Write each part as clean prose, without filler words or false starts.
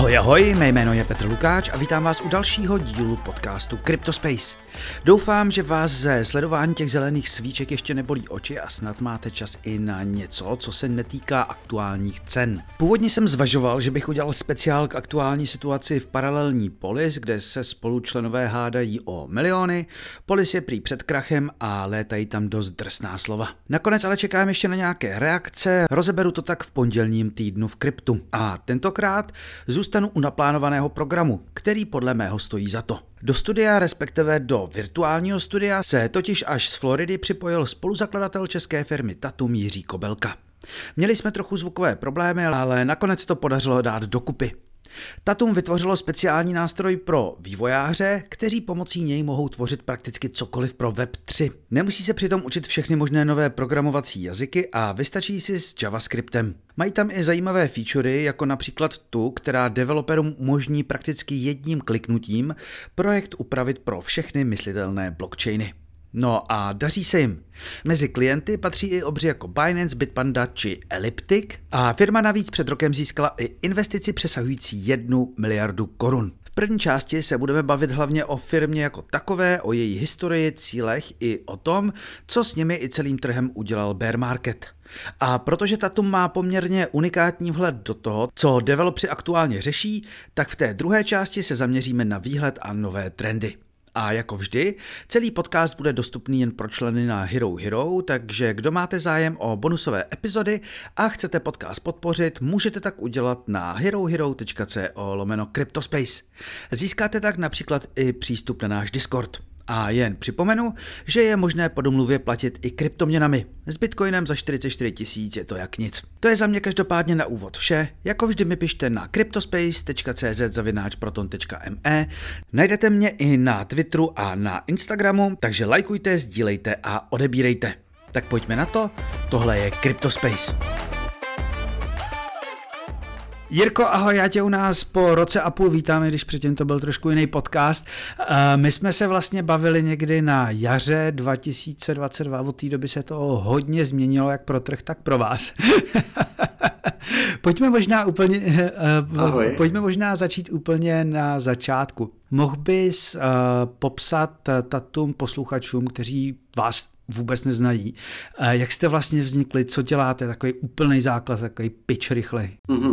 Ahoj, ahoj, mé jméno je Petr Lukáč a vítám vás u dalšího dílu podcastu CryptoSpace. Doufám, že vás ze sledování těch zelených svíček ještě nebolí oči a snad máte čas i na něco, co se netýká aktuálních cen. Původně jsem zvažoval, že bych udělal speciál k aktuální situaci v paralelní Polis, kde se spolučlenové hádají o miliony. Polis je prý před krachem a létají tam dost drsná slova. Nakonec ale čekám ještě na nějaké reakce, rozeberu to tak v pondělním týdnu v kryptu. A tentokrát zůstanu u naplánovaného programu, který podle mého stojí za to. Do studia, respektive do virtuálního studia, se totiž až z Floridy připojil spoluzakladatel české firmy Tatum Jiří Kobelka. Měli jsme trochu zvukové problémy, ale nakonec to podařilo dát dokupy. Tatum vytvořilo speciální nástroj pro vývojáře, kteří pomocí něj mohou tvořit prakticky cokoliv pro Web3. Nemusí se přitom učit všechny možné nové programovací jazyky a vystačí si s JavaScriptem. Mají tam i zajímavé featurey, jako například tu, která developerům umožní prakticky jedním kliknutím projekt upravit pro všechny myslitelné blockchainy. No a daří se jim. Mezi klienty patří i obři jako Binance, Bitpanda či Elliptic a firma navíc před rokem získala i investici přesahující 1 miliardu korun. V první části se budeme bavit hlavně o firmě jako takové, o její historii, cílech i o tom, co s nimi i celým trhem udělal bear market. A protože Tatum má poměrně unikátní vhled do toho, co developři aktuálně řeší, tak v té druhé části se zaměříme na výhled a nové trendy. A jako vždy, celý podcast bude dostupný jen pro členy na Hero Hero, takže kdo máte zájem o bonusové epizody a chcete podcast podpořit, můžete tak udělat na herohero.co/CryptoSpace. Získáte tak například i přístup na náš Discord. A jen připomenu, že je možné po domluvě platit i kryptoměnami. S Bitcoinem za 44 000 je to jak nic. To je za mě každopádně na úvod vše. Jako vždy mi pište na cryptospace.cz/proton.me. Najdete mě i na Twitteru a na Instagramu, takže lajkujte, sdílejte a odebírejte. Tak pojďme na to, tohle je CryptoSpace. Jirko, ahoj, já tě u nás po roce a půl vítám, když předtím to byl trošku jiný podcast. My jsme se vlastně bavili někdy na jaře 2022, od té doby se to hodně změnilo, jak pro trh, tak pro vás. Pojďme možná začít úplně na začátku. Mohl bys popsat Tatum posluchačům, kteří vás vůbec neznají, jak jste vlastně vznikli, co děláte, takový úplný základ, takový pitch rychlej.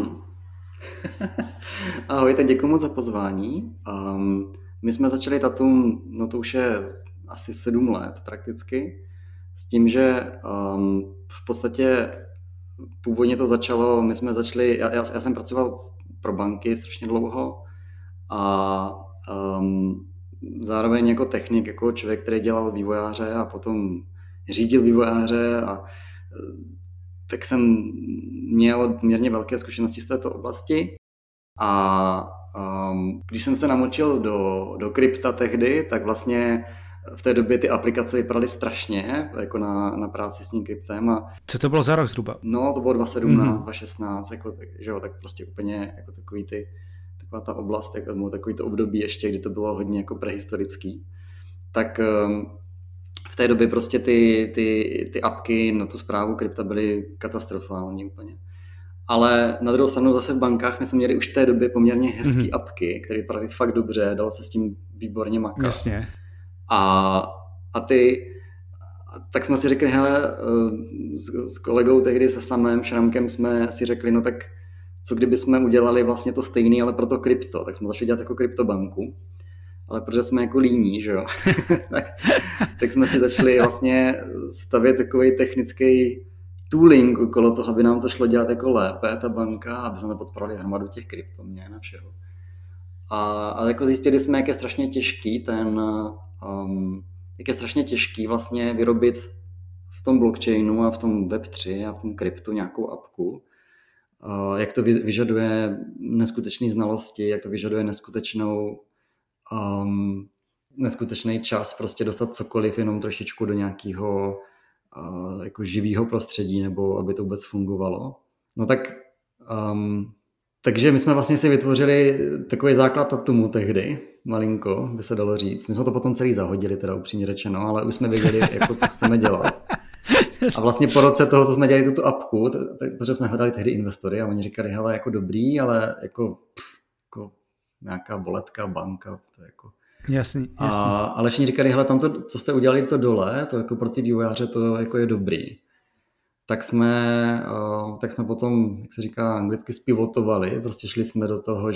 Ahoj, tak děkuji moc za pozvání. My jsme začali Tatum, no to už je asi 7 let prakticky, s tím, že v podstatě původně to začalo, my jsme začali, já jsem pracoval pro banky strašně dlouho a zároveň jako technik, jako člověk, který dělal vývojáře a potom řídil vývojáře a tak jsem měl poměrně velké zkušenosti z této oblasti a když jsem se namočil do krypta tehdy, tak vlastně v té době ty aplikace vypadaly strašně, jako na práci s tím kryptem. A co to bylo za rok zhruba? No, to bylo 2017, 2016, jako, tak prostě úplně jako taková ta oblast, takový to období ještě, kdy to bylo hodně jako prehistorický. Tak v té době prostě ty apky na tu správu krypta byly katastrofální úplně. Ale na druhou stranu zase v bankách my jsme měli už v té době poměrně hezký apky, které vypadaly fakt dobře, dalo se s tím výborně makat. Jasně. Tak jsme si řekli, hele, s kolegou tehdy se Samem Šramkem jsme si řekli, no tak co kdyby jsme udělali vlastně to stejný, ale pro to krypto, tak jsme začali dělat jako kryptobanku. Ale protože jsme jako líní, že jo, tak jsme si začali vlastně stavět takový technický tooling okolo toho, aby nám to šlo dělat jako lépe, ta banka, aby jsme podporovali hromadu těch kryptoměn a všeho. A jako zjistili jsme, jak je strašně těžký vlastně vyrobit v tom blockchainu a v tom Web3 a v tom kryptu nějakou apku. Jak to vyžaduje neskutečné znalosti, jak to vyžaduje neskutečný čas prostě dostat cokoliv jenom trošičku do nějakého jako živého prostředí, nebo aby to vůbec fungovalo. No tak takže my jsme vlastně si vytvořili takový základ Tatumu tehdy, malinko, by se dalo říct. My jsme to potom celý zahodili, teda upřímně řečeno, ale už jsme věděli, jako, co chceme dělat. A vlastně po roce toho, co jsme dělali tuto apku, protože jsme hledali tehdy investory a oni říkali, hele, jako dobrý, ale jako nějaká boletka, banka, to je jako... Jasný. Ale všichni říkali, hele, tam to, co jste udělali to dole, to jako pro ty vývojáře to jako je dobrý. Tak jsme potom, jak se říká anglicky, spivotovali, prostě šli jsme do toho,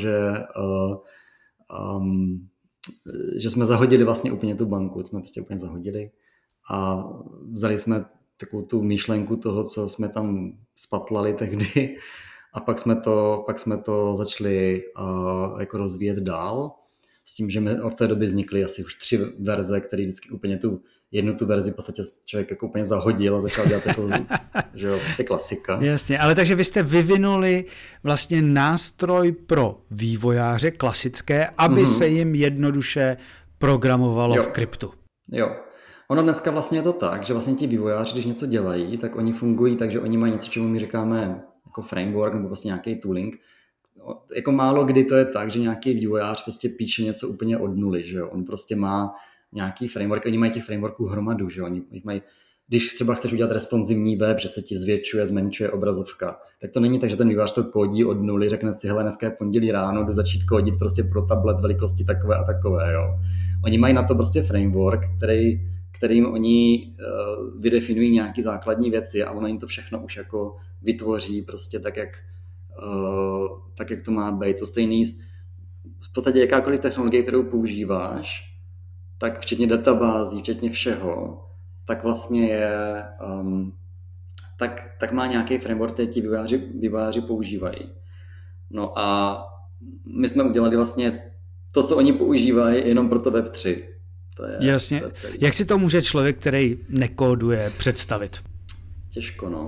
že jsme zahodili vlastně úplně tu banku, jsme prostě úplně zahodili a vzali jsme takovou tu myšlenku toho, co jsme tam spatlali tehdy a pak jsme to začali jako rozvíjet dál s tím, že od té doby vznikly asi už 3 verze, které vždycky úplně tu verzi v podstatě člověk jako úplně zahodil a začal dělat takovou, že jo, asi klasika. Jasně, ale takže vy jste vyvinuli vlastně nástroj pro vývojáře klasické, aby se jim jednoduše programovalo v kryptu. Jo. Ono dneska vlastně je to tak, že vlastně ti vývojáři, když něco dělají, tak oni fungují tak, že oni mají něco, čemu my říkáme jako framework nebo vlastně nějaký tooling. Jako málo kdy to je tak, že nějaký vývojář prostě píše něco úplně od nuly, že jo. On prostě má nějaký framework, oni mají těch frameworků hromadu, že oni mají, když třeba chceš udělat responsivní web, že se ti zvětšuje, zmenšuje obrazovka, tak to není tak, že ten vývojář to kódí od nuly, řekne si, hele, dneska je pondělí ráno, jdu začít kódit prostě pro tablet velikosti takové a takové, jo. Oni mají na to prostě framework, kterým oni vydefinují nějaký základní věci a ono jim to všechno už jako vytvoří prostě tak, jak to má být. To stejný, v podstatě jakákoliv technologie, kterou používáš, tak včetně databází, včetně všeho, tak vlastně je, tak má nějaký framework, který ti vývojáři používají. No a my jsme udělali vlastně to, co oni používají, jenom pro to Web3. Jasně. To je celý. Jak si to může člověk, který nekóduje, představit? Těžko, no.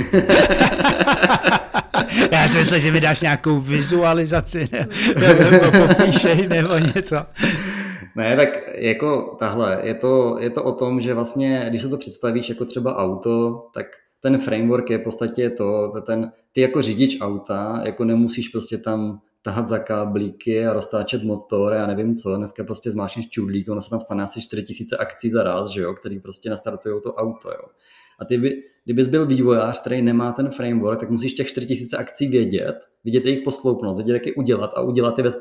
Já si myslím, že mi dáš nějakou vizualizaci nebo popíšeš nebo něco. Ne, tak jako tahle, je to o tom, že vlastně, když se to představíš jako třeba auto, tak ten framework je v podstatě ty jako řidič auta, jako nemusíš prostě tam tahat za káblíky a roztáčet motor, já nevím co, dneska prostě zmášneš čudlík, ono se tam stane asi 4000 akcí za raz, že jo, který prostě nastartujou to auto, jo. A kdybys byl vývojář, který nemá ten framework, tak musíš těch 4000 akcí vidět jejich posloupnost, vědět, jak je udělat a udělat je ve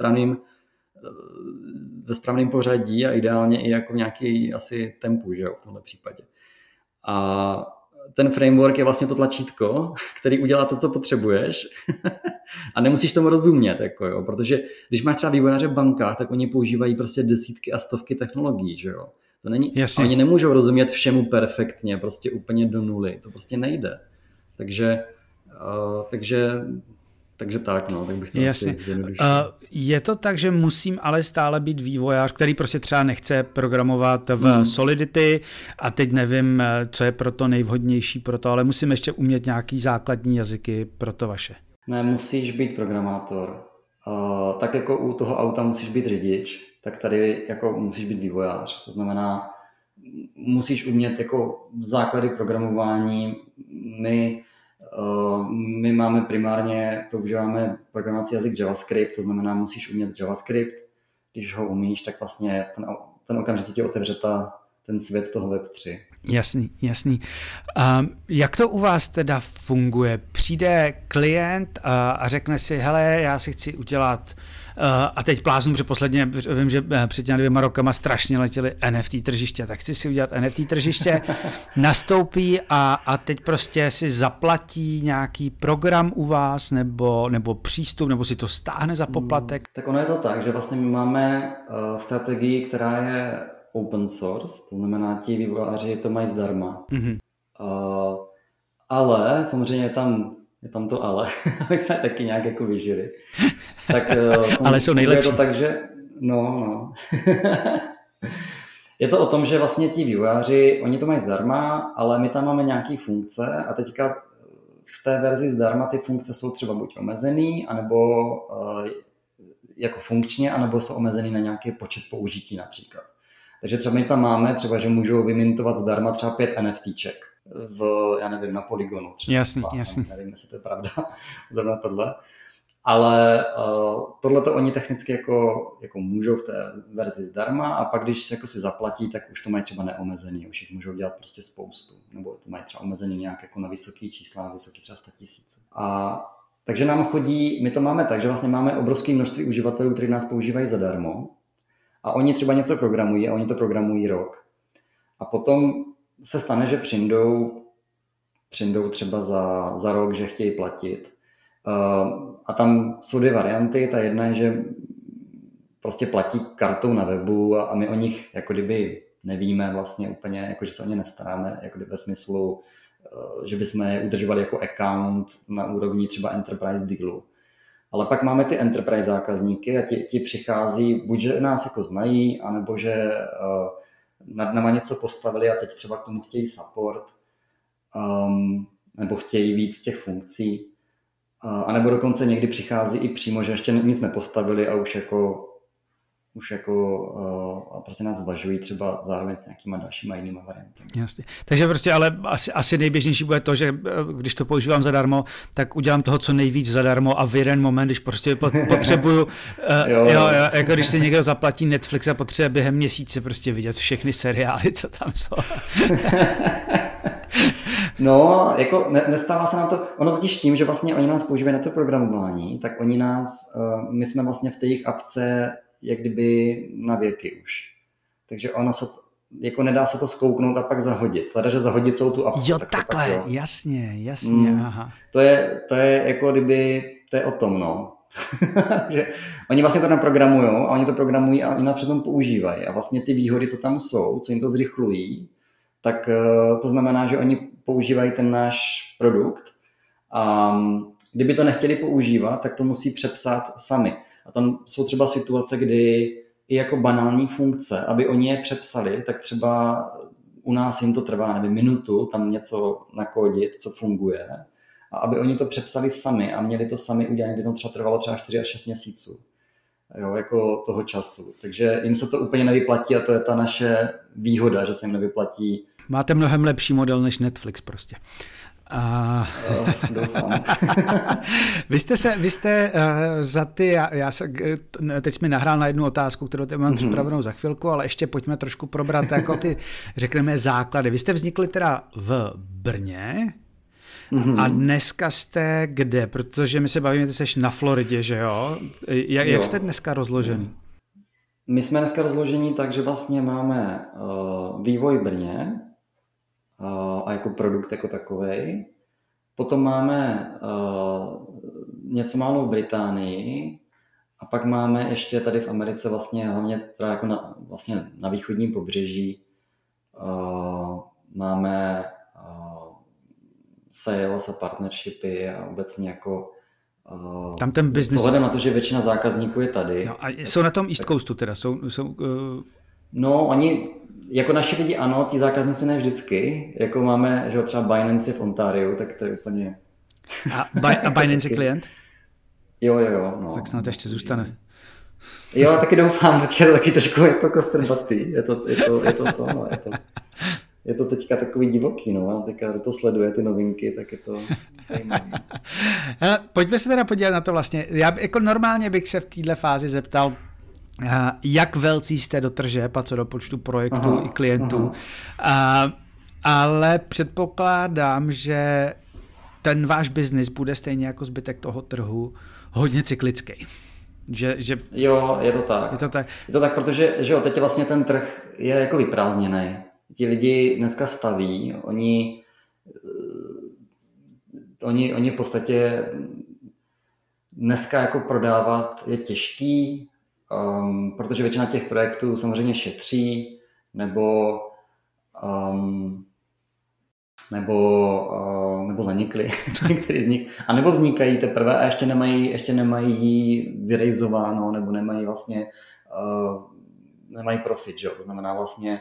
správném pořadí a ideálně i jako v nějaký asi tempu, že jo, v tomhle případě. A ten framework je vlastně to tlačítko, který udělá to, co potřebuješ a nemusíš tomu rozumět, jako jo, protože když máš třeba vývojáře v bankách, tak oni používají prostě desítky a stovky technologií, že jo. To není, oni nemůžou rozumět všemu perfektně, prostě úplně do nuly, to prostě nejde. Takže tak, no, tak bych to asi zjednodušil. Je to tak, že musím ale stále být vývojář, který prostě třeba nechce programovat v Solidity a teď nevím, co je pro to nejvhodnější pro to, ale musím ještě umět nějaký základní jazyky pro to vaše. Ne, musíš být programátor. Tak jako u toho auta musíš být řidič, tak tady jako musíš být vývojář. To znamená, musíš umět jako základy programování. My máme používáme programovací jazyk JavaScript, to znamená, musíš umět JavaScript. Když ho umíš, tak vlastně ten okamžik se ti otevře ten svět toho Web3. Jasný. Jak to u vás teda funguje? Přijde klient a řekne si, hele, já si chci udělat, a teď pláznu, protože posledně vím, že před těmi 2 rokama strašně letěly NFT tržiště, tak chci si udělat NFT tržiště, nastoupí a teď prostě si zaplatí nějaký program u vás nebo přístup, nebo si to stáhne za poplatek? Tak ono je to tak, že vlastně my máme strategii, která je open source, to znamená, ti vývojáři to mají zdarma. Mm-hmm. Ale samozřejmě je tam to ale, my jsme taky nějak jako vyžili. Tak, ale jsou nejlepší. Je to tak, že no. Je to o tom, že vlastně ti vývojáři, oni to mají zdarma, ale my tam máme nějaký funkce a teďka v té verzi zdarma ty funkce jsou třeba buď omezený, anebo jako funkčně, anebo jsou omezený na nějaký počet použití například. Takže třeba my tam máme, třeba, že můžou vymintovat zdarma třeba 5 NFTček já nevím, na Polygonu. Třeba jasný. Nevím, jestli to je pravda, zrovna tohle. Ale tohle to oni technicky jako můžou v té verzi zdarma a pak když jako si zaplatí, tak už to mají třeba neomezený, už jich můžou dělat prostě spoustu. Nebo to mají třeba omezený nějak jako na vysoký čísla, na vysoký třeba 100 000. Takže nám chodí, my to máme tak, že vlastně máme obrovské množství uživatelů, kteří nás používají zadarmo a oni třeba něco programují a oni to programují rok. A potom se stane, že přijdou třeba za rok, že chtějí platit. A tam jsou dvě varianty. Ta jedna je, že prostě platí kartou na webu a my o nich jako kdyby nevíme vlastně úplně, jako že se o ně nestaráme, jako ve smyslu, že bychom je udržovali jako account na úrovni třeba enterprise dealu. Ale pak máme ty enterprise zákazníky a ti přichází, buď že nás jako znají, anebo že nad náma něco postavili a teď třeba k tomu chtějí support, nebo chtějí víc těch funkcí, anebo dokonce někdy přichází i přímo, že ještě nic nepostavili a už jako prostě nás zvažují třeba zároveň s nějakýma dalšíma jinýma variantami. Jasně. Takže prostě ale asi nejběžnější bude to, že když to používám zadarmo, tak udělám toho co nejvíc zadarmo a v jeden moment, když prostě potřebuju, jako když si někdo zaplatí Netflix a potřebuje během měsíce prostě vidět všechny seriály, co tam jsou. No, jako nestává se nám to, ono totiž tím, že vlastně oni nás používají na to programování, tak oni my jsme vlastně v té jejich apce jak kdyby na věky už. Takže ono se, jako nedá se to zkouknout a pak zahodit. Hleda, že zahodit celou tu apku. Jo, takhle, jo. Jasně, aha. To je jako kdyby, to je o tom, no. Že oni vlastně to naprogramujou a oni to programují a oni nás přitom používají. A vlastně ty výhody, co tam jsou, co jim to zrychlují, tak to znamená, že oni používají ten náš produkt a kdyby to nechtěli používat, tak to musí přepsat sami. A tam jsou třeba situace, kdy i jako banální funkce, aby oni je přepsali, tak třeba u nás jim to trvá, nevím, minutu, tam něco nakódit, co funguje. A aby oni to přepsali sami a měli to sami udělat, by to trvalo třeba 4 až 6 měsíců. Jo, jako toho času. Takže jim se to úplně nevyplatí a to je ta naše výhoda, že se jim nevyplatí. Máte mnohem lepší model než Netflix prostě. Doufám. Vy jste za ty, teď jsi mi nahrál na jednu otázku, kterou teď mám připravenou za chvilku, ale ještě pojďme trošku probrat jako ty, řekneme, základy. Vy jste vznikli teda v Brně a dneska jste kde? Protože my se bavíme, ty jsi na Floridě, že jo? Jak jste dneska rozložený? My jsme dneska rozložení tak, že vlastně máme vývoj v Brně, a jako produkt jako takovej. Potom máme něco málo v Británii a pak máme ještě tady v Americe vlastně hlavně teda jako na východním pobřeží máme sales a partnershipy a obecně jako tam ten business. Vzhledem na to, že většina zákazníků je tady. No a jsou na tom East Coastu teda? No, oni, jako naši lidi ano, ti zákazníci ne vždycky, jako máme, že třeba Binance v Ontáriu, tak to je úplně... A Binance je klient? Jo, no. Tak snad ještě zůstane. Jo, já taky doufám, teďka je to taky trošku jako kostrbatý, je to teďka takový divoký, no, a teďka to sleduje ty novinky, tak je to zajímavý. Pojďme se teda podívat na to vlastně, já jako normálně bych se v této fázi zeptal, jak velcí jste do tržeb a co do počtu projektů i klientů. Ale předpokládám, že ten váš biznis bude stejně jako zbytek toho trhu hodně cyklický. Jo, je to tak. Je to tak, protože že jo, teď vlastně ten trh je jako vyprázdněný. Ti lidi dneska staví, oni v podstatě dneska jako prodávat je těžký, protože většina těch projektů samozřejmě šetří, nebo zanikly některý z nich, a nebo vznikají teprve a ještě nemají vyrejzováno, nebo nemají vlastně nemají profit, že? To znamená vlastně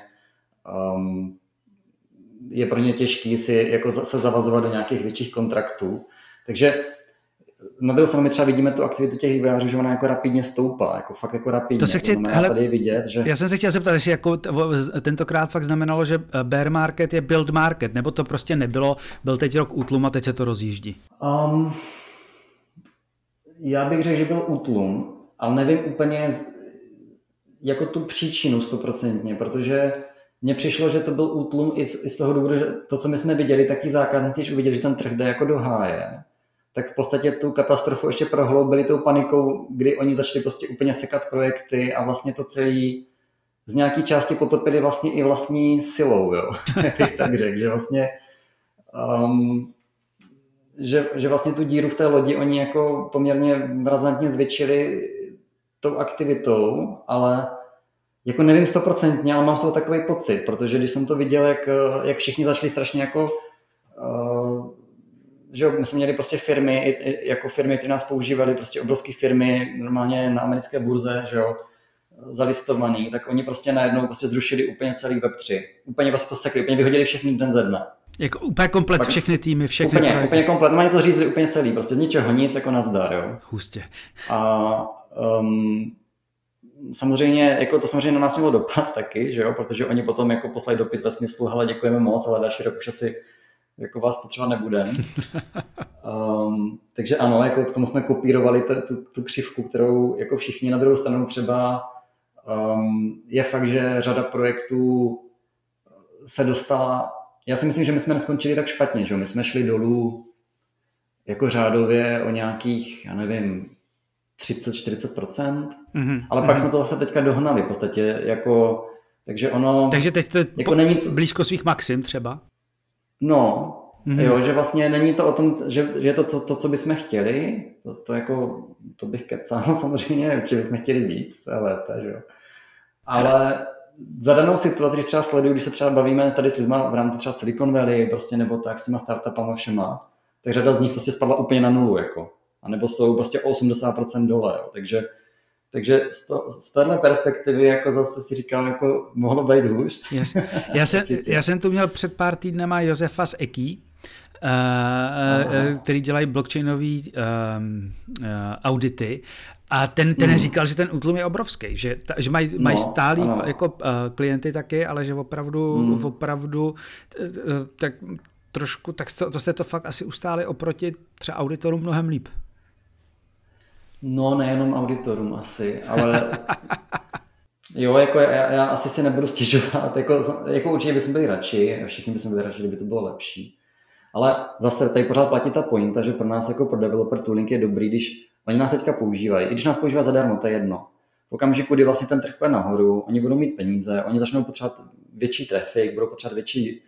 je pro ně těžký si jako se zavazovat do nějakých větších kontraktů. Takže na druhou stranu my třeba vidíme tu aktivitu těch vývojářů, že ona jako rapidně stoupá, jako fakt jako rapidně. To se tady je vidět, že... Já jsem se chtěl zeptat, jestli jako tentokrát fakt znamenalo, že bear market je build market, nebo to prostě nebylo, byl teď rok útlum a teď se to rozjíždí? Já bych řekl, že byl útlum, ale nevím úplně jako tu příčinu 100%, protože mně přišlo, že to byl útlum i z toho důvodu, že to, co my jsme viděli, tak ti zákazníci, když uviděli, že ten trh jde jako do háje, tak v podstatě tu katastrofu ještě prohloubili tou panikou, kdy oni začali prostě úplně sekat projekty a vlastně to celý z nějaký části potopili vlastně i vlastní silou, jo. Bych tak řekl, že vlastně že vlastně tu díru v té lodi oni jako poměrně razantně zvětšili tou aktivitou, ale jako nevím 100%, ale mám z toho takový pocit, protože když jsem to viděl, jak všichni začali strašně jako že my jsme měli prostě firmy, jako firmy, které nás používaly, prostě obrovské firmy, normálně na americké burze, že jo, zalistovaný, tak oni prostě najednou prostě zrušili úplně celý Web3. Úplně prostě to sekli, úplně vyhodili všechny den ze dne. Jako úplně komplet pak, všechny týmy, všechny projekty. Úplně komplet, normálně to řízli úplně celý, prostě z ničeho nic, jako nazdar, jo. Hustě. A samozřejmě, jako to samozřejmě na nás mělo dopad taky, že jo, protože oni potom jako poslali dopis ve smyslu, hele, děkujeme moc, ale další rok už asi jako vás potřeba nebudem. Takže ano, jako k tomu jsme kopírovali tu křivku, kterou jako všichni. Na druhou stranu třeba je fakt, že řada projektů se dostala, já si myslím, že my jsme neskončili tak špatně, že my jsme šli dolů jako řádově o nějakých, já nevím, 30-40%, ale pak jsme to zase teďka dohnali v podstatě, jako, takže ono... Takže teď to jako není blízko svých maxim třeba? No, jo, že vlastně není to o tom, že je to, co bychom chtěli, to bych kecal samozřejmě, určitě bychom chtěli víc, lépe, že jo. Ale za danou situaci, když třeba sleduju, když se třeba bavíme tady s lidma v rámci třeba Silicon Valley, prostě nebo tak s těma startupama všema, tak řada z nich prostě spadla úplně na nulu, jako. A nebo jsou prostě o 80% dole, jo. Takže z téhle perspektivy jako zase si říkám, jako mohlo být hůř. Yes. Já jsem tu měl před pár týdnama Josefa z EKI, který dělají blockchainový audity a ten říkal, že ten útlum je obrovský, že mají stálý jako klienty taky, ale že opravdu tak trošku, tak to jste to fakt asi ustáli oproti třeba auditorům mnohem líp. No, nejenom auditorům asi, ale jo, jako já asi si nebudu stěžovat, jako určitě bychom byli radši, všichni bychom byli radši, kdyby to bylo lepší. Ale zase tady pořád platí ta pointa, že pro nás jako pro developer tooling je dobrý, když oni nás teďka používají, i když nás používají zadarmo, to je jedno. V okamžiku, kdy vlastně ten trh půjde nahoru, oni budou mít peníze, oni začnou potřebovat větší traffic, budou potřebovat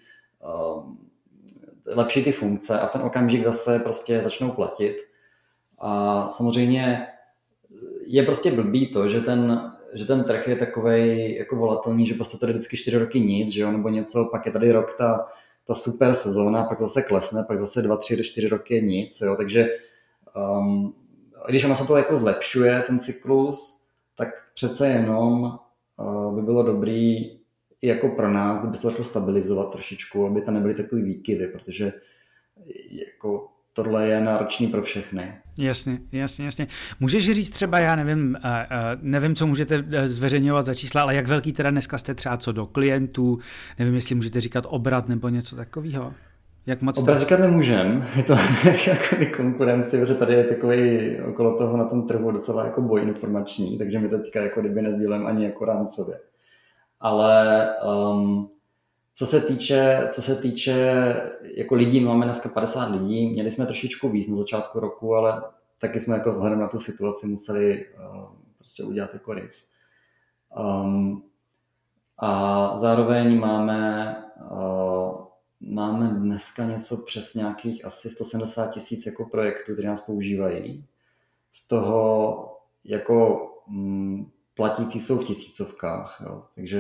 lepší ty funkce a v ten okamžik zase prostě začnou platit. A samozřejmě je prostě blbý to, že ten trh je takovej jako volatilní, že prostě tady vždycky 4 roky nic, že jo, nebo něco, pak je tady rok ta super sezóna, pak to zase klesne, pak zase 2, 3, 4 roky je nic, jo, takže když ono se to jako zlepšuje, ten cyklus, tak přece jenom by bylo dobrý i jako pro nás, kdyby se to začalo stabilizovat trošičku, aby tam nebyly takový výkyvy, protože jako tohle je náročný pro všechny. Jasně. Můžeš říct třeba, já nevím, co můžete zveřejňovat za čísla, ale jak velký teda dneska jste třeba co do klientů, nevím, jestli můžete říkat obrat nebo něco takového. Jak moc obrat říkat nemůžem, je to jako konkurenci, protože tady je takový okolo toho na tom trhu docela jako boj informační, takže my teďka jako kdyby nesdílem ani jako rámcově. Ale co se týče jako lidí, máme dneska 50 lidí, měli jsme trošičku víc na začátku roku, ale taky jsme jako vzhledem na tu situaci museli prostě udělat jako riv. A zároveň máme dneska něco přes nějakých asi 170 000 jako projektů, které nás používají. Z toho jako platící jsou v tisícovkách, jo. Takže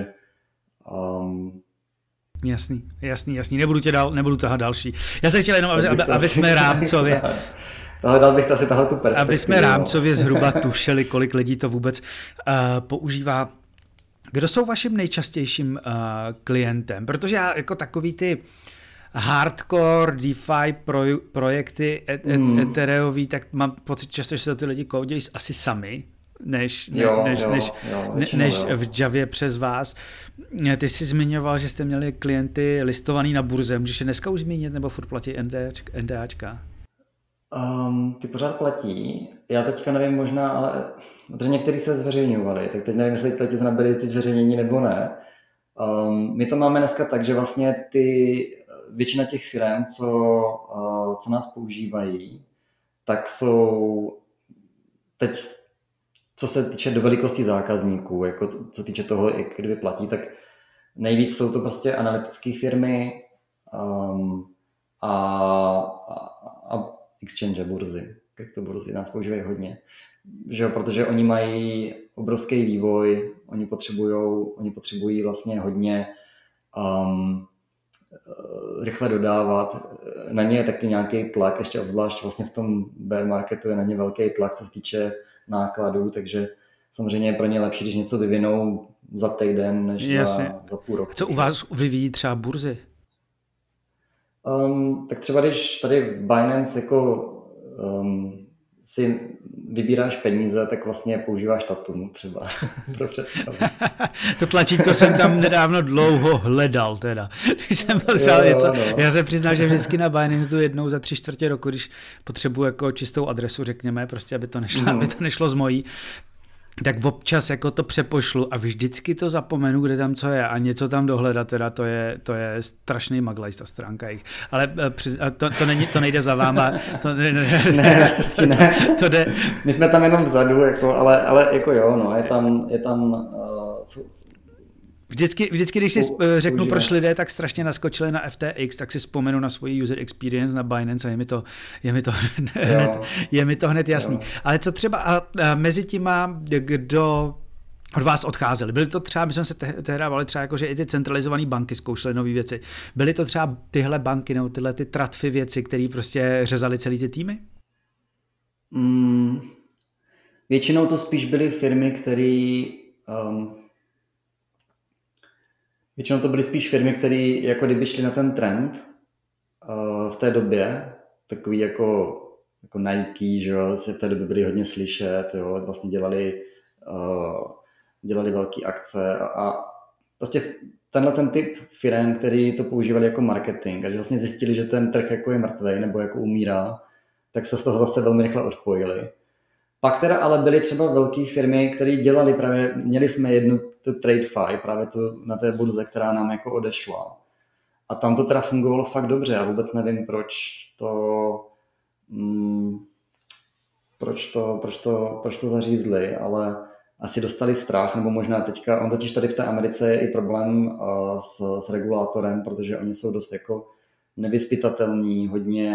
Jasný. Nebudu tahat další. Já se chtěl jenom, aby jsme rámcově... Dal bych asi tahle tu perspektivu. Aby jsme rámcově zhruba tušili, kolik lidí to vůbec používá. Kdo jsou vaším nejčastějším klientem? Protože já jako takový ty hardcore DeFi projekty Ethereový, tak mám pocit často, že se ty lidi koudějí asi sami, než v Javě přes vás. Ty jsi zmiňoval, že jste měli klienty listovaný na burze. Můžeš je dneska už zmínit, nebo furt platí NDAčka? Ty pořád platí. Já teďka nevím možná, ale protože některý se zveřejňovali, tak teď nevím, jestli ty nabili ty zveřejnění nebo ne. My to máme dneska tak, že vlastně většina těch firm, co nás používají, tak jsou teď, co se týče do velikosti zákazníků, jako co týče toho, jak kdyby platí, tak nejvíc jsou to prostě analytické firmy a exchange burzy, kryptoburzy nás používají hodně, že jo, protože oni mají obrovský vývoj, oni potřebují vlastně hodně rychle dodávat. Na ně je taky nějaký tlak, ještě obzvlášť vlastně v tom bear marketu je na ně velký tlak, co se týče nákladů, takže samozřejmě je pro ně lepší, když něco vyvinou za týden, než za půl roku. Co u vás vyvíjí třeba burzy? Tak třeba když tady v Binance jako si vybíráš peníze, tak vlastně používáš Tatum třeba. To tlačítko jsem tam nedávno dlouho hledal teda. Když jsem potřeboval něco. No. Já se přiznám, že vždycky na Binance jdu jednou za 3/4 roku, když potřebuji jako čistou adresu, řekněme, prostě, aby to nešlo z mojí. Tak občas jako to přepošlu a vždycky to zapomenu, kde tam co je a něco tam dohledat, teda to je strašný maglajs, ta stránka jich. Ale to nejde za váma. Ne, naštěstí ne. To jde. My jsme tam jenom vzadu, jako, ale jako jo, no, je tam Vždycky, když si řeknu, proč lidé tak strašně naskočili na FTX, tak si vzpomenu na svoji user experience na Binance a je mi to hned jasný. Jo. Ale co třeba a mezi těma, kdo od vás odcházeli? Byly to třeba, my jsme se tehdy dávali třeba jako, že i ty centralizované banky zkoušely nové věci. Byly to třeba tyhle banky nebo tyhle ty tratfy věci, které prostě řezaly celý ty týmy? Většinou to spíš byly firmy, které Většinou to byly spíš firmy, které jako kdyby šly na ten trend v té době, takový jako Nike, že jo, v té době byly hodně slyšet, jo, vlastně dělali velké akce a prostě ten typ firm, který to používali jako marketing a že vlastně zjistili, že ten trh jako je mrtvej nebo jako umírá, tak se z toho zase velmi rychle odpojili. Pak teda ale byly třeba velké firmy, které dělali právě, měli jsme jednu TradeFi, právě tu na té burze, která nám jako odešla. A tam to teda fungovalo fakt dobře. Já vůbec nevím, proč to zařízli, ale asi dostali strach, nebo možná teďka, on totiž tady v té Americe je i problém s regulátorem, protože oni jsou dost jako nevyzpytatelní,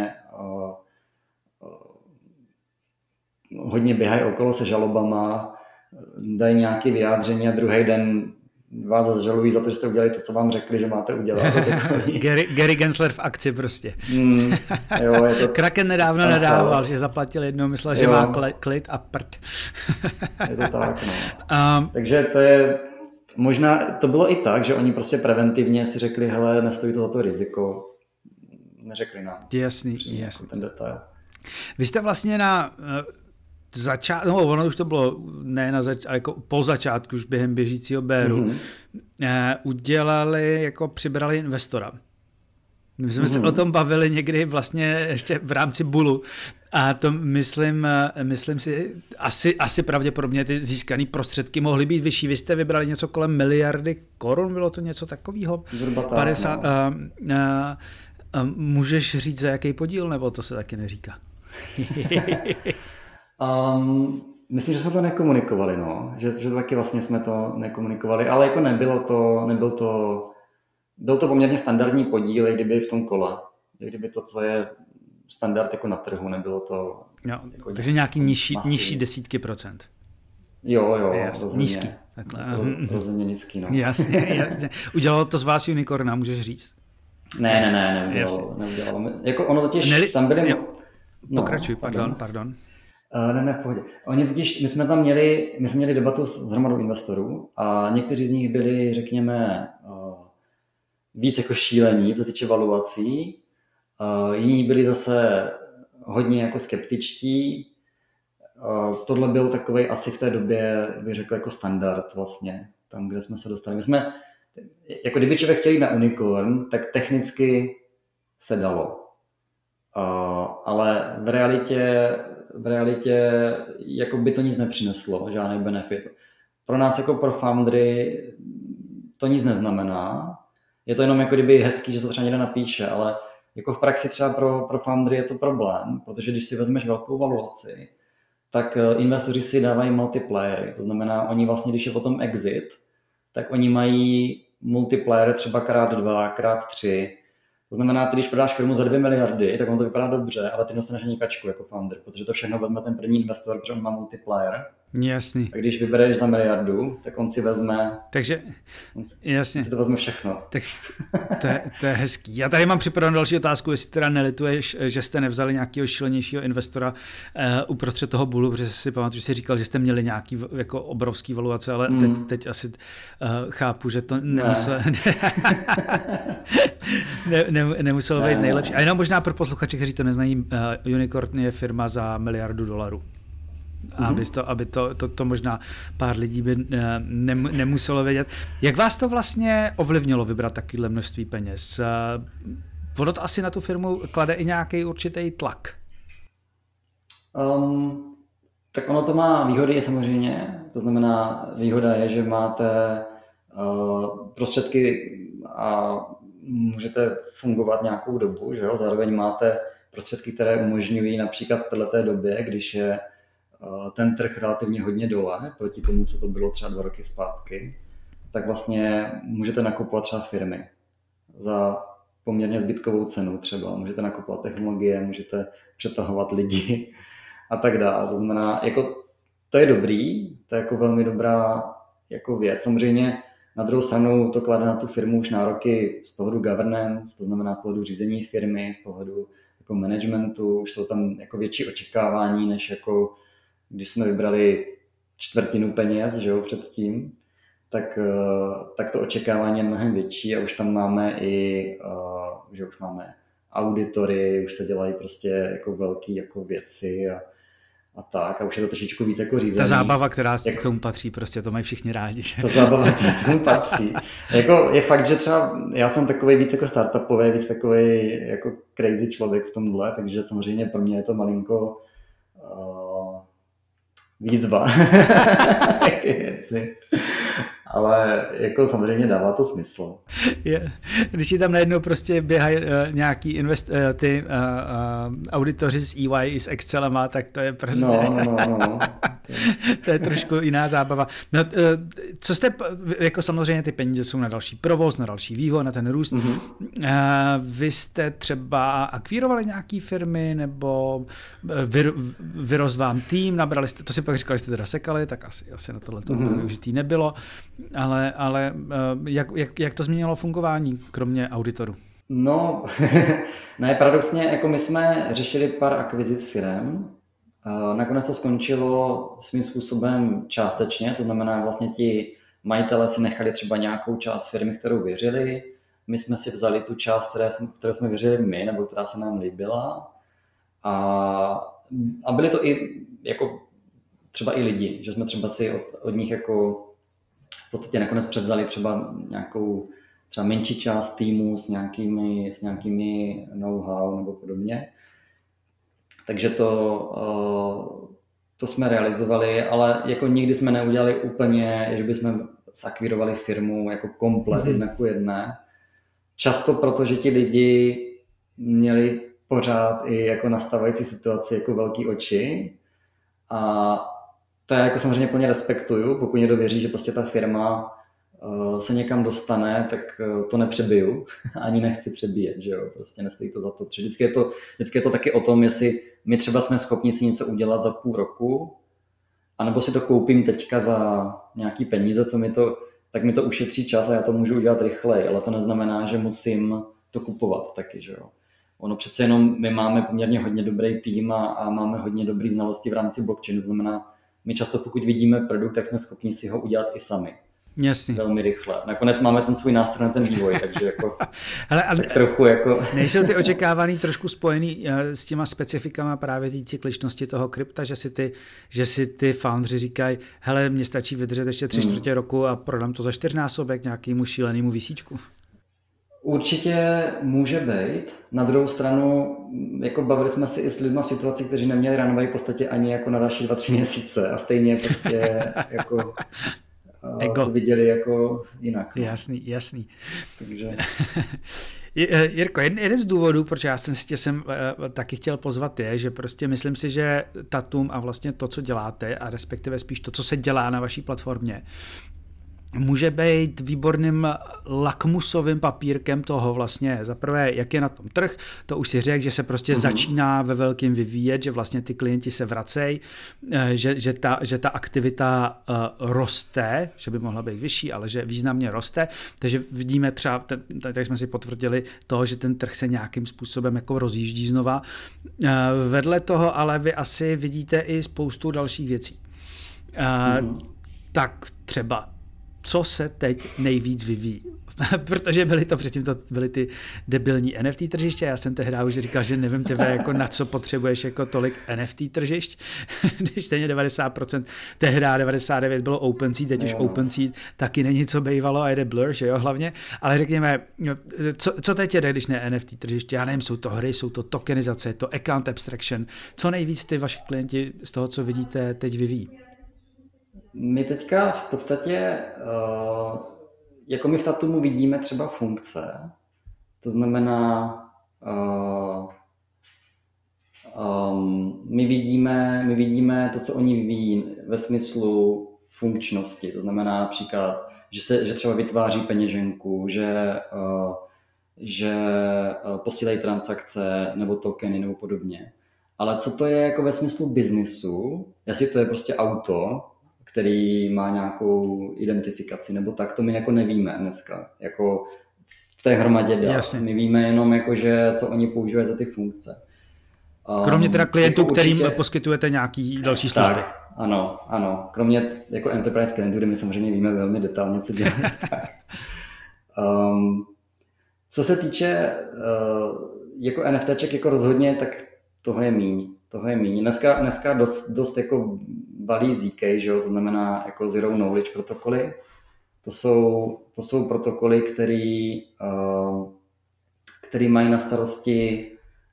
hodně běhají okolo se žalobama, dají nějaké vyjádření a druhý den vás zažalují za to, že jste udělali to, co vám řekli, že máte udělat. Gary Gensler v akci prostě. Jo, je to Kraken nedávno nadával, že zaplatil jednou, myslel, že má klid a prd. Je to tak, no. Takže to je, možná to bylo i tak, že oni prostě preventivně si řekli, hele, nestojí to za to riziko. Neřekli nám. Jasný. Ten detail. Vy jste vlastně na ono už to bylo jako po začátku, už během běžícího bearu, přibrali investora. My jsme se o tom bavili někdy vlastně ještě v rámci bullu a to myslím si, asi pravděpodobně ty získané prostředky mohly být vyšší. Vy jste vybrali něco kolem $1 miliardy, bylo to něco takového? Zhruba tak, 50, můžeš říct, za jaký podíl, nebo to se taky neříká? Myslím, že jsme to nekomunikovali, no. Že taky vlastně jsme to nekomunikovali, ale jako byl to poměrně standardní podíl, i kdyby v tom kole. I kdyby to, co je standard jako na trhu, nebylo to... Jo, jako takže nějaký nižší desítky procent. Jo, nízký. Rozhodně nízký, no. Jasně. Udělalo to z vás unicorna, můžeš říct? Ne, neudělalo. Jako ono totiž, tam byly... Pokračuj, pardon. Ne, v pohodě. My jsme měli debatu s hromadou investorů a někteří z nich byli, řekněme, víc jako šílení, co týče valuací. Jiní byli zase hodně jako skeptičtí. Tohle byl takovej asi v té době, bych řekl, jako standard vlastně, tam, kde jsme se dostali. My jsme, jako kdyby člověk chtěl jít na unicorn, tak technicky se dalo. Ale v realitě jako by to nic nepřineslo, žádný benefit. Pro nás jako pro foundry to nic neznamená. Je to jenom jako kdyby hezký, že se to třeba někde napíše, ale jako v praxi třeba pro foundery je to problém, protože když si vezmeš velkou valuaci, tak investoři si dávají multipliery. To znamená, oni vlastně, když je potom exit, tak oni mají multiplier třeba x2, x3. To znamená, ty když prodáš firmu za 2 miliardy, tak on to vypadá dobře, ale ty dostaneš ani kačku jako founder, protože to všechno vezme ten první investor, protože on má multiplier. Jasný. A když vybereš za miliardu, tak on si vezme... Takže, jasně. On si to vezme všechno. Tak to je hezký. Já tady mám připravenou další otázku, jestli teda nelituješ, že jste nevzali nějakého šílenějšího investora uprostřed toho bullu, protože si pamatuju, že jsi říkal, že jste měli nějaký jako obrovský valuace, ale teď asi chápu, že to nemuselo být nejlepší. A jenom možná pro posluchače, kteří to neznají, Unicorn je firma za $1 miliardu. Aby to možná pár lidí by nemuselo vědět. Jak vás to vlastně ovlivnilo vybrat takovéhle množství peněz? Ono to asi na tu firmu klade i nějaký určitý tlak. Tak ono to má výhody samozřejmě. To znamená, výhoda je, že máte prostředky a můžete fungovat nějakou dobu. Že jo? Zároveň máte prostředky, které umožňují například v této době, když je ten trh relativně hodně dole, proti tomu, co to bylo třeba 2 roky zpátky, tak vlastně můžete nakupovat třeba firmy za poměrně zbytkovou cenu třeba. Můžete nakupovat technologie, můžete přetahovat lidi a tak dále. To znamená, jako, to je dobrý, to je jako velmi dobrá jako věc. Samozřejmě na druhou stranu to klade na tu firmu už nároky z pohledu governance, to znamená z pohledu řízení firmy, z pohledu jako managementu, už jsou tam jako větší očekávání, než jako když jsme vybrali 1/4 peněz, že jo, předtím, tak to očekávání je mnohem větší a už tam máme že už máme auditory, už se dělají prostě jako velké jako věci a tak a už je to trošičku víc jako řízený. Ta zábava, která k tomu patří, prostě to mají všichni rádi. Že? Ta zábava, která k tomu patří. Jako je fakt, že třeba já jsem takový víc jako startupový, víc takový jako crazy člověk v tomhle, takže samozřejmě pro mě je to malinko výzva. Ale jako samozřejmě dává to smysl. Když ti tam najednou prostě běhají nějaký auditoři z EY i s Excelema, tak to je prostě... No. To je trošku jiná zábava. No, co jste, jako samozřejmě ty peníze jsou na další provoz, na další vývoj, na ten růst. Mm-hmm. Vy jste třeba akvírovali nějaký firmy, nebo vyrost vám tým, nabrali jste, to si pak říkali, jste teda sekali, tak asi na tohle to využitý nebylo. Ale jak to změnilo fungování, kromě auditoru? No, ne, paradoxně, jako my jsme řešili pár akvizic firem. Nakonec to skončilo svým způsobem částečně, to znamená vlastně ti majitelé si nechali třeba nějakou část firmy, kterou věřili. My jsme si vzali tu část, kterou jsme věřili my, nebo která se nám líbila. A byly to i jako třeba i lidi, že jsme třeba si od nich jako v podstatě nakonec převzali třeba nějakou třeba menší část týmu s nějakými know-how nebo podobně. Takže to jsme realizovali, ale jako nikdy jsme neudělali úplně, že bychom zakvírovali firmu jako komplet 1:1. Často protože ti lidi měli pořád i jako nastávající situaci jako velký oči a to já jako samozřejmě plně respektuju, pokud někdo věří, že prostě ta firma se někam dostane, tak to nepřebiju, ani nechci přebíjet, že jo, prostě nestojí to za to. Vždycky je to taky o tom, jestli my třeba jsme schopni si něco udělat za půl roku, anebo si to koupím teďka za nějaký peníze, tak mi to ušetří čas a já to můžu udělat rychleji, ale to neznamená, že musím to kupovat taky, že jo. Ono přece jenom, my máme poměrně hodně dobrý tým a máme hodně dobrý znalosti v rámci blockchainu, to znamená, my často pokud vidíme produkt, tak jsme schopni si ho udělat i sami. Jasně. Velmi rychle. Nakonec máme ten svůj nástroj na ten vývoj, takže jako tak trochu jako... Nejsou ty očekávaný trošku spojený s těma specifikama právě té cykličnosti toho krypta, že si ty foundři říkají, hele, mně stačí vydržet ještě 3/4 roku a prodám to za 4násobek nějakému šílenému VCčku? Určitě může být. Na druhou stranu, jako bavili jsme si i s lidmi v situaci, kteří neměli runway v podstatě ani jako na další 2-3 měsíce a stejně prostě jako to viděli jako jinak. No. Jasný. Takže... Jirko, jeden z důvodů, proč já jsem si tě taky chtěl pozvat, je, že prostě myslím si, že Tatum a vlastně to, co děláte, a respektive spíš to, co se dělá na vaší platformě, může být výborným lakmusovým papírkem toho vlastně, zaprvé, jak je na tom trh, to už si řekl, že se prostě začíná ve velkém vyvíjet, že vlastně ty klienti se vracejí, že ta aktivita roste, že by mohla být vyšší, ale že významně roste, takže vidíme třeba, tady jsme si potvrdili to, že ten trh se nějakým způsobem jako rozjíždí znova. Vedle toho ale vy asi vidíte i spoustu dalších věcí. Tak třeba co se teď nejvíc vyvíjí. Protože byly ty debilní NFT tržiště, já jsem tehdy už říkal, že nevím tebe, jako na co potřebuješ jako tolik NFT tržišť, když stejně 90%, tehdy 99% bylo OpenSea, teď už OpenSea taky není co bejvalo a jede Blur, že jo, hlavně, ale řekněme, co teď jede, když ne NFT tržiště, já nevím, jsou to hry, jsou to tokenizace, je to account abstraction, co nejvíc ty vaši klienti z toho, co vidíte, teď vyvíjí? My teďka v podstatě, jako my v Tatumu vidíme třeba funkce, to znamená, my vidíme to, co oni vyvíjí ve smyslu funkčnosti, to znamená například, že třeba vytváří peněženku, že posílají transakce nebo tokeny nebo podobně. Ale co to je jako ve smyslu biznisu, jestli to je prostě auto, který má nějakou identifikaci, nebo tak, to my jako nevíme dneska, jako v té hromadě dat. Jasně. My víme jenom, jako, že co oni používají za ty funkce. Kromě teda klientů, jako kterým poskytujete nějaký další služby. Tak, ano. Kromě jako enterprise klientů, kde my samozřejmě víme velmi detailně, co dělat. Co se týče jako NFTček, jako rozhodně, tak toho je míň. Dneska dost jako balí ZK, že jo? To znamená jako Zero Knowledge protokoly. To jsou protokoly, který mají na starosti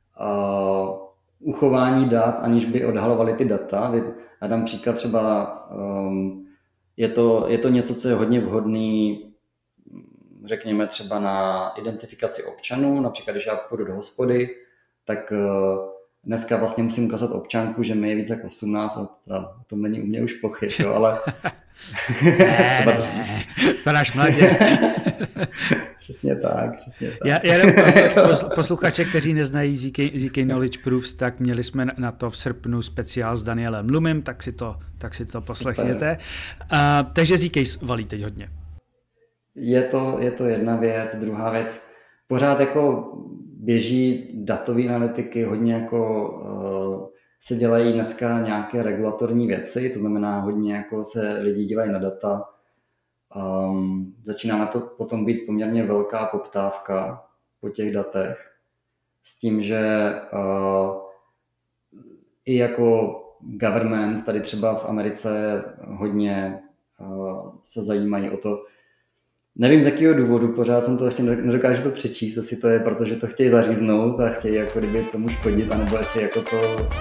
uchování dat, aniž by odhalovali ty data. Já dám příklad třeba, je to něco, co je hodně vhodný, řekněme třeba na identifikaci občanů, například když já půjdu do hospody, tak dneska vlastně musím ukázat občanku, že mi je víc jak 18, a teda to není u mě už pochyb, jo, ale třeba dřív. Vypadáš mladě. Přesně tak. Já posluchače, kteří neznají ZK Knowledge Proofs, tak měli jsme na to v srpnu speciál s Danielem Lumim, tak si to poslechněte. Takže ZK valí teď hodně. Je to jedna věc, druhá věc, pořád jako běží datové analytiky, hodně jako se dělají dneska nějaké regulatorní věci, to znamená hodně jako se lidi dívají na data. Začíná na to potom být poměrně velká poptávka po těch datech s tím, že i jako government, tady třeba v Americe hodně se zajímají o to. Nevím z jakého důvodu, pořád jsem to ještě nedokážu to přečíst, jestli to je proto, že to chtějí zaříznout a chtějí jako kdyby tomu škodit, anebo jestli jako to...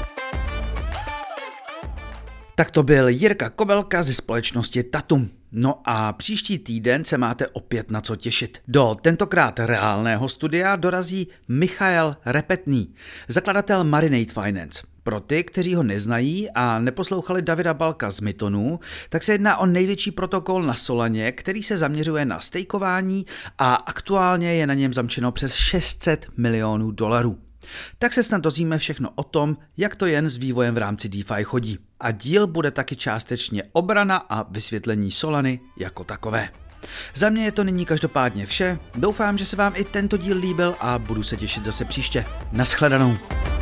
Tak to byl Jirka Kobelka ze společnosti Tatum. No a příští týden se máte opět na co těšit. Do tentokrát reálného studia dorazí Michael Repetný, zakladatel Marinate Finance. Pro ty, kteří ho neznají a neposlouchali Davida Balka z Mytonu, tak se jedná o největší protokol na Solaně, který se zaměřuje na stejkování a aktuálně je na něm zamčeno přes $600 milionů. Tak se snad dozvíme všechno o tom, jak to jen s vývojem v rámci DeFi chodí. A díl bude taky částečně obrana a vysvětlení Solany jako takové. Za mě je to nyní každopádně vše, doufám, že se vám i tento díl líbil a budu se těšit zase příště. Naschledanou.